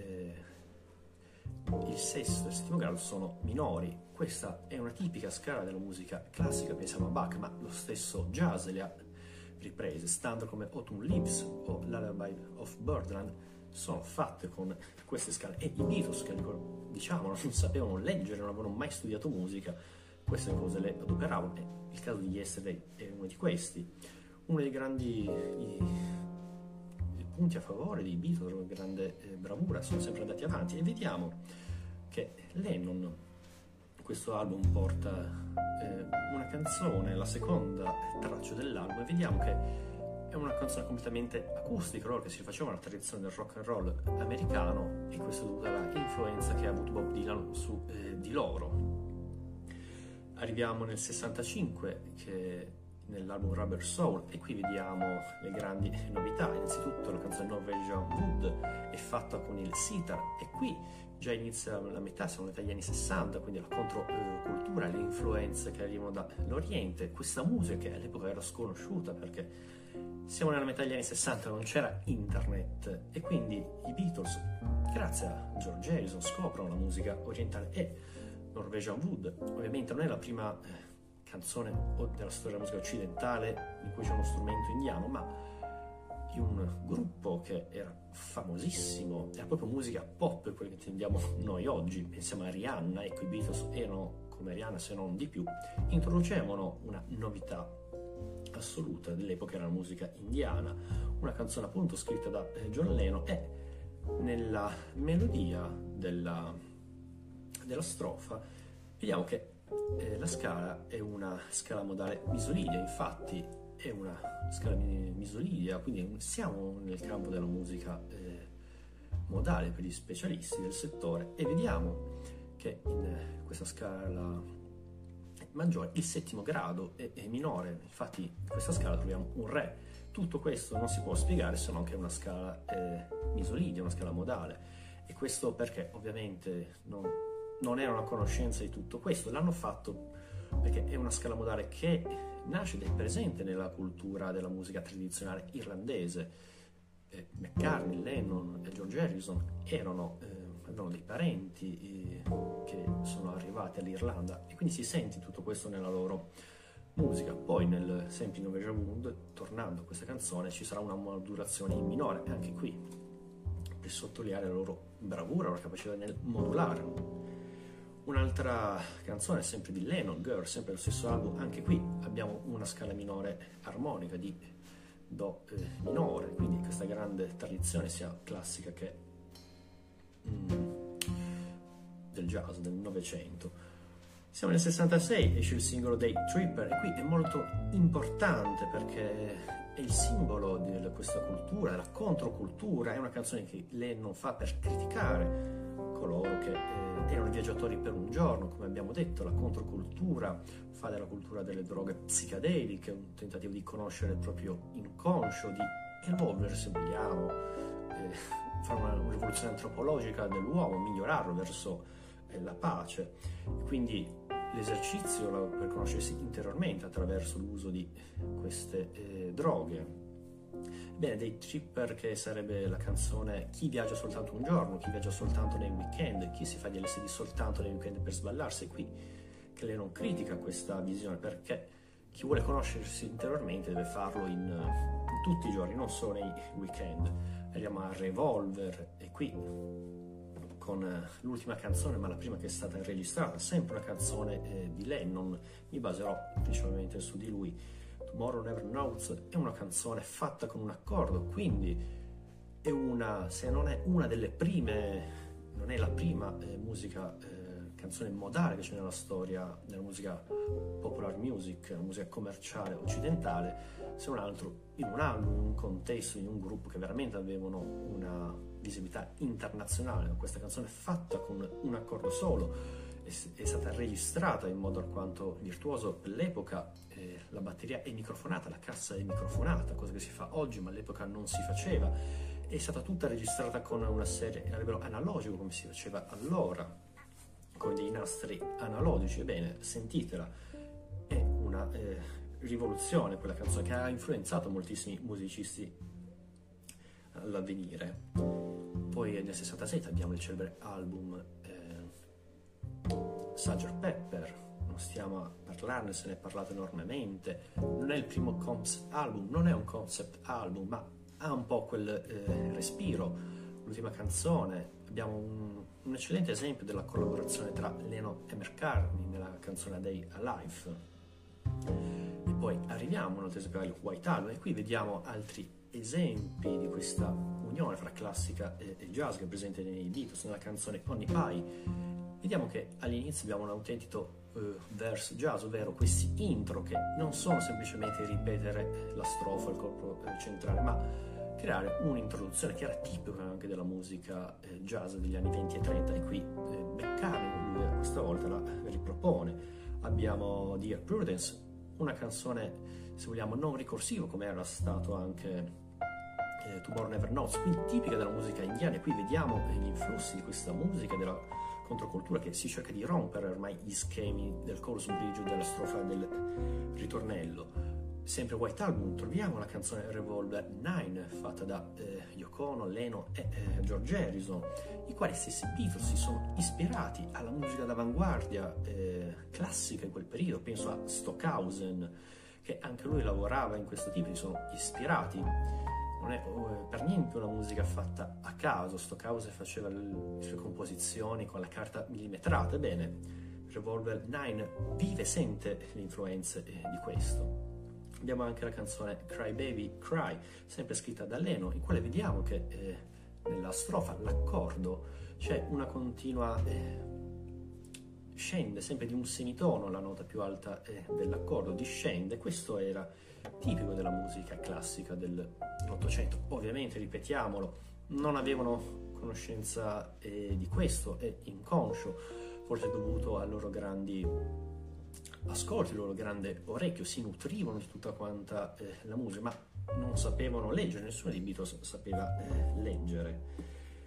il sesto e il settimo grado sono minori. Questa è una tipica scala della musica classica, pensiamo a Bach, ma lo stesso jazz le ha riprese. Standard come Autumn Leaves o Lullaby of Birdland sono fatte con queste scale, e i Beatles, che diciamo non sapevano leggere, non avevano mai studiato musica, queste cose le adoperavano, e il caso di Yesterday è uno di questi. Uno dei grandi punti a favore dei Beatles, una grande bravura, sono sempre andati avanti, e vediamo che Lennon, questo album, porta una canzone, la seconda traccia dell'album, e vediamo che è una canzone completamente acustica, loro che si facevano la tradizione del rock and roll americano, e questo è dovuto alla influenza che ha avuto Bob Dylan su di loro. Arriviamo nel 65, che nell'album Rubber Soul, e qui vediamo le grandi novità. Innanzitutto la canzone Norwegian Wood è fatta con il sitar, e qui già inizia la metà, siamo all'età degli anni 60, quindi la controcultura, le influenze che arrivano dall'Oriente, questa musica che all'epoca era sconosciuta, perché siamo nella metà degli anni 60, non c'era internet, e quindi i Beatles, grazie a George Harrison, scoprono la musica orientale, e Norwegian Wood ovviamente non è la prima canzone della storia della musica occidentale in cui c'è uno strumento indiano, ma di un gruppo che era famosissimo, era proprio musica pop, quella che intendiamo noi oggi. Pensiamo a Rihanna, ecco, i Beatles erano come Rihanna, se non di più, introducevano una novità assoluta dell'epoca, era la musica indiana, una canzone appunto scritta da John Lennon, e nella melodia della strofa vediamo che la scala è una scala modale misolide. Infatti è una scala misolidia, quindi siamo nel campo della musica modale per gli specialisti del settore, e vediamo che in questa scala maggiore il settimo grado è minore. Infatti in questa scala troviamo un re. Tutto questo non si può spiegare se non che è una scala misolidia, una scala modale, e questo perché ovviamente non era una conoscenza di tutto questo. L'hanno fatto perché è una scala modale che nasce ed è presente nella cultura della musica tradizionale irlandese. McCartney, Lennon e George Harrison avevano dei parenti che sono arrivati all'Irlanda, e quindi si sente tutto questo nella loro musica. Poi nel Sempre in Deja Vu, tornando a questa canzone, ci sarà una modulazione in minore, e anche qui per sottolineare la loro bravura, la loro capacità nel modulare. Un'altra canzone sempre di Lennon, Girl, sempre lo stesso album, anche qui abbiamo una scala minore armonica di Do minore, quindi questa grande tradizione sia classica che del jazz del Novecento. Siamo nel 66, esce il singolo dei Tripper, e qui è molto importante perché è il simbolo di questa cultura, della controcultura. È una canzone che Lennon fa per criticare coloro che erano viaggiatori per un giorno, come abbiamo detto. La controcultura fa della cultura delle droghe psichedeliche un tentativo di conoscere il proprio inconscio, di evolvere, se vogliamo, fare una rivoluzione antropologica dell'uomo, migliorarlo verso la pace. Quindi l'esercizio per conoscersi interiormente attraverso l'uso di queste droghe. Bene, dei Tripper, che sarebbe la canzone Chi viaggia soltanto un giorno, chi viaggia soltanto nei weekend, chi si fa gli LSD soltanto nei weekend per sballarsi. E qui che lei non critica questa visione, perché chi vuole conoscersi interiormente deve farlo in tutti i giorni, non solo nei weekend. Arriviamo a Revolver, e qui con l'ultima canzone, ma la prima che è stata registrata, sempre una canzone di Lennon. Mi baserò principalmente su di lui. Tomorrow Never Knows è una canzone fatta con un accordo, quindi è una, se non è una delle prime, non è la prima canzone modale che c'è nella storia della musica popular music, la musica commerciale occidentale, se non altro in un album, in un contesto, in un gruppo che veramente avevano una visibilità internazionale. Questa canzone è fatta con un accordo solo, è stata registrata in modo alquanto virtuoso per l'epoca. La batteria è microfonata, la cassa è microfonata, cosa che si fa oggi ma all'epoca non si faceva. È stata tutta registrata con una serie a livello analogico, come si faceva allora, con dei nastri analogici. Ebbene, sentitela, è una rivoluzione quella canzone, che ha influenzato moltissimi musicisti all'avvenire. Poi nel 67 abbiamo il celebre album Sgt. Pepper. Non stiamo a parlarne, se ne è parlato enormemente. Non è il primo concept album, non è un concept album, ma ha un po' quel respiro. L'ultima canzone, abbiamo un eccellente esempio della collaborazione tra Lennon e McCartney nella canzone Day Alive. E poi arriviamo a un altro esempio, il White Album, e qui vediamo altri esempi di questa unione fra classica e jazz che è presente nei Beatles, nella canzone Honey Pie. Vediamo che all'inizio abbiamo un autentico verse jazz, ovvero questi intro che non sono semplicemente ripetere la strofa, il corpo centrale, ma creare un'introduzione che era tipica anche della musica jazz degli anni 20 e 30, e qui McCartney, lui questa volta la ripropone. Abbiamo Dear Prudence, una canzone, se vogliamo, non ricorsiva come era stato anche Tomorrow Never Knows, quindi tipica della musica indiana. E qui vediamo gli influssi di questa musica, della controcultura, che si cerca di rompere ormai gli schemi del chorus bridge, della strofa del ritornello. Sempre White Album troviamo la canzone Revolver 9 fatta da Yoko Ono, Lennon e George Harrison, i quali stessi Beatles si sono ispirati alla musica d'avanguardia classica in quel periodo. Penso a Stockhausen, che anche lui lavorava in questo tipo, si sono ispirati. Non è per niente una musica fatta a caso. Stockhausen faceva le sue composizioni con la carta millimetrata. Ebbene, Revolver 9 vive e sente le influenze di questo. Abbiamo anche la canzone Cry Baby Cry, sempre scritta da Lennon, in quale vediamo che nella strofa, l'accordo, c'è una continua scende sempre di un semitono, la nota più alta dell'accordo discende. Questo era tipico della musica classica dell'Ottocento. Ovviamente, ripetiamolo, non avevano conoscenza di questo, è inconscio, forse dovuto ai loro grandi ascolti, il loro grande orecchio, si nutrivano di tutta quanta la musica, ma non sapevano leggere, nessuno dei Beatles sapeva leggere.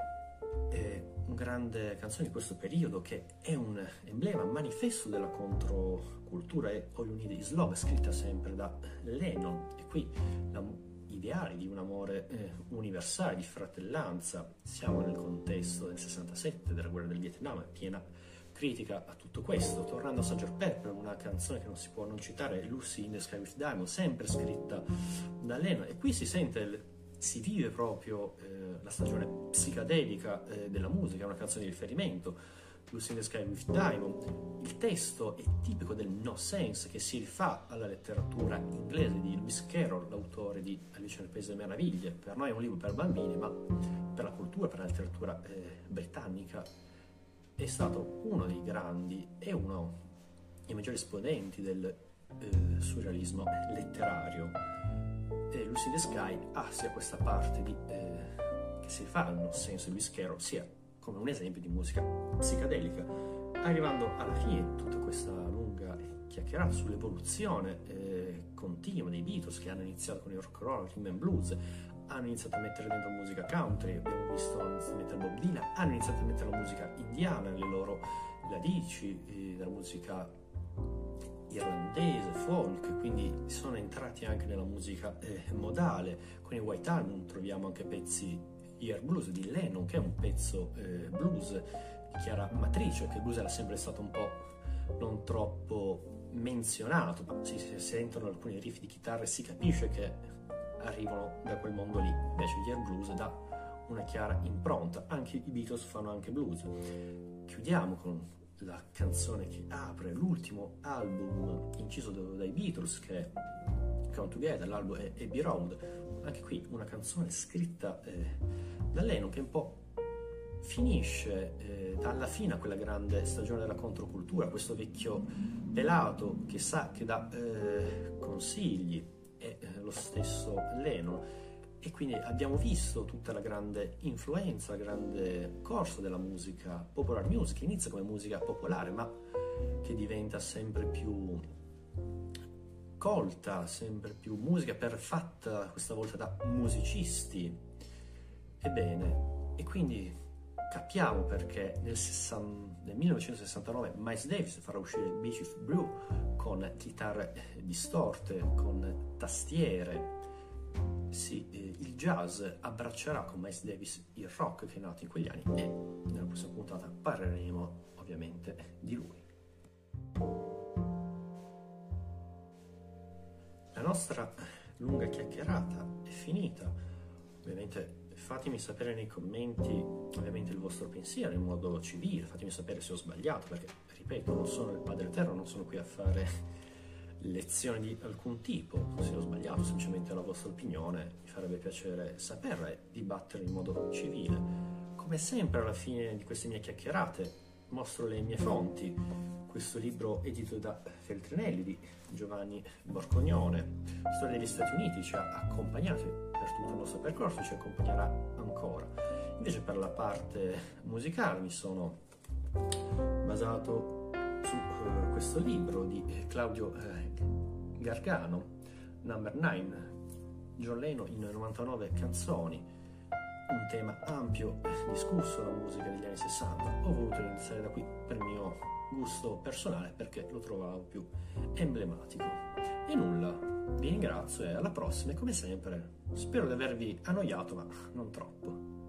Un grande canzone di questo periodo, che è un emblema, manifesto della controcultura, è All You Need Is Love, scritta sempre da Lennon, e qui ideali di un amore universale, di fratellanza. Siamo nel contesto del 67, della guerra del Vietnam, piena critica a tutto questo. Tornando a Sgt. Pepper, una canzone che non si può non citare, Lucy in the Sky with Diamonds, sempre scritta da Lennon, e qui si vive proprio la stagione psichedelica della musica. È una canzone di riferimento, Lucy in the Sky with Diamonds. Il testo è tipico del no sense, che si rifà alla letteratura inglese di Lewis Carroll, l'autore di Alice nel Paese delle Meraviglie. Per noi è un libro per bambini, ma per la cultura, per la letteratura britannica è stato uno dei grandi e uno dei maggiori esponenti del surrealismo letterario. Lucy in the Sky ha sia questa parte che si fa al no sense di Lewis Carroll, sia come un esempio di musica psichedelica. Arrivando alla fine, tutta questa lunga chiacchierata sull'evoluzione continua dei Beatles, che hanno iniziato con il rock and roll, rhythm and blues, hanno iniziato a mettere dentro musica country, abbiamo visto, hanno iniziato a mettere Bob Dylan, hanno iniziato a mettere la musica indiana, le loro radici, della musica irlandese, folk, quindi sono entrati anche nella musica modale. Con i White Album troviamo anche pezzi Air Blues di Lennon, che è un pezzo blues di chiara matrice, che il blues era sempre stato un po' non troppo menzionato, ma si sentono alcuni riff di chitarra e si capisce che arrivano da quel mondo lì. Invece gli Air Blues dà una chiara impronta. Anche i Beatles fanno anche blues. Chiudiamo con la canzone che apre l'ultimo album inciso dai Beatles, che è Come Together. L'album è Abbey Road. Anche qui una canzone scritta da Lennon, che un po' finisce alla fine a quella grande stagione della controcultura, questo vecchio pelato che sa, che dà consigli, è lo stesso Lennon. E quindi abbiamo visto tutta la grande influenza, il grande corso della musica popular music, che inizia come musica popolare, ma che diventa sempre più colta, sempre più musica perfetta, questa volta da musicisti. Ebbene, e quindi capiamo perché nel 1969 Miles Davis farà uscire il Beach Brew con chitarre distorte, con tastiere. Sì, il jazz abbraccerà con Miles Davis il rock che è nato in quegli anni, e nella prossima puntata parleremo ovviamente di lui. La nostra lunga chiacchierata è finita. Ovviamente fatemi sapere nei commenti ovviamente il vostro pensiero in modo civile, fatemi sapere se ho sbagliato, perché ripeto, non sono il Padre Eterno, non sono qui a fare lezioni di alcun tipo. Se ho sbagliato, semplicemente la vostra opinione, mi farebbe piacere saperla e dibattere in modo civile. Come sempre alla fine di queste mie chiacchierate mostro le mie fonti: questo libro edito da Feltrinelli di Giovanni Borgognone, storia degli Stati Uniti, ci ha accompagnato per tutto il nostro percorso, ci accompagnerà ancora. Invece per la parte musicale mi sono basato su questo libro di Claudio Gargano, Number 9, John Lennon in 99 canzoni, un tema ampio, discusso, la musica degli anni 60. Ho voluto iniziare da qui per il mio gusto personale, perché lo trovavo più emblematico. E nulla, vi ringrazio e alla prossima, e come sempre spero di avervi annoiato, ma non troppo.